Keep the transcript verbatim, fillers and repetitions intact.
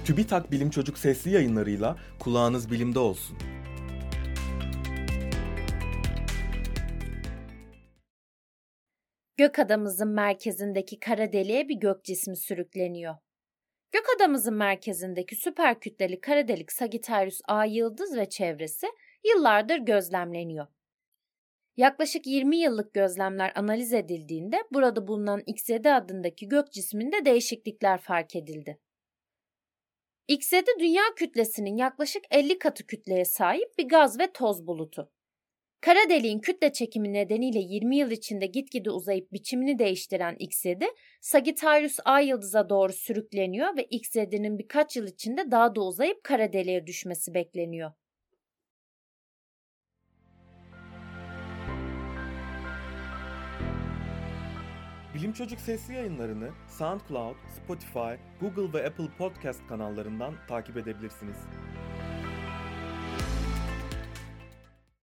TÜBİTAK Bilim Çocuk sesli yayınlarıyla kulağınız bilimde olsun. Gökadamızın merkezindeki kara deliğe bir gök cismi sürükleniyor. Gökadamızın merkezindeki süper kütleli kara delik Sagittarius A yıldız ve çevresi yıllardır gözlemleniyor. Yaklaşık yirmi yıllık gözlemler analiz edildiğinde burada bulunan X yedi adındaki gök cisminde değişiklikler fark edildi. X yedi dünya kütlesinin yaklaşık elli katı kütleye sahip bir gaz ve toz bulutu. Kara deliğin kütle çekimi nedeniyle yirmi yıl içinde gitgide uzayıp biçimini değiştiren X yedi, Sagittarius A yıldıza doğru sürükleniyor ve X yedi'nin birkaç yıl içinde daha da uzayıp kara deliğe düşmesi bekleniyor. Bilim Çocuk sesli yayınlarını SoundCloud, Spotify, Google ve Apple Podcast kanallarından takip edebilirsiniz.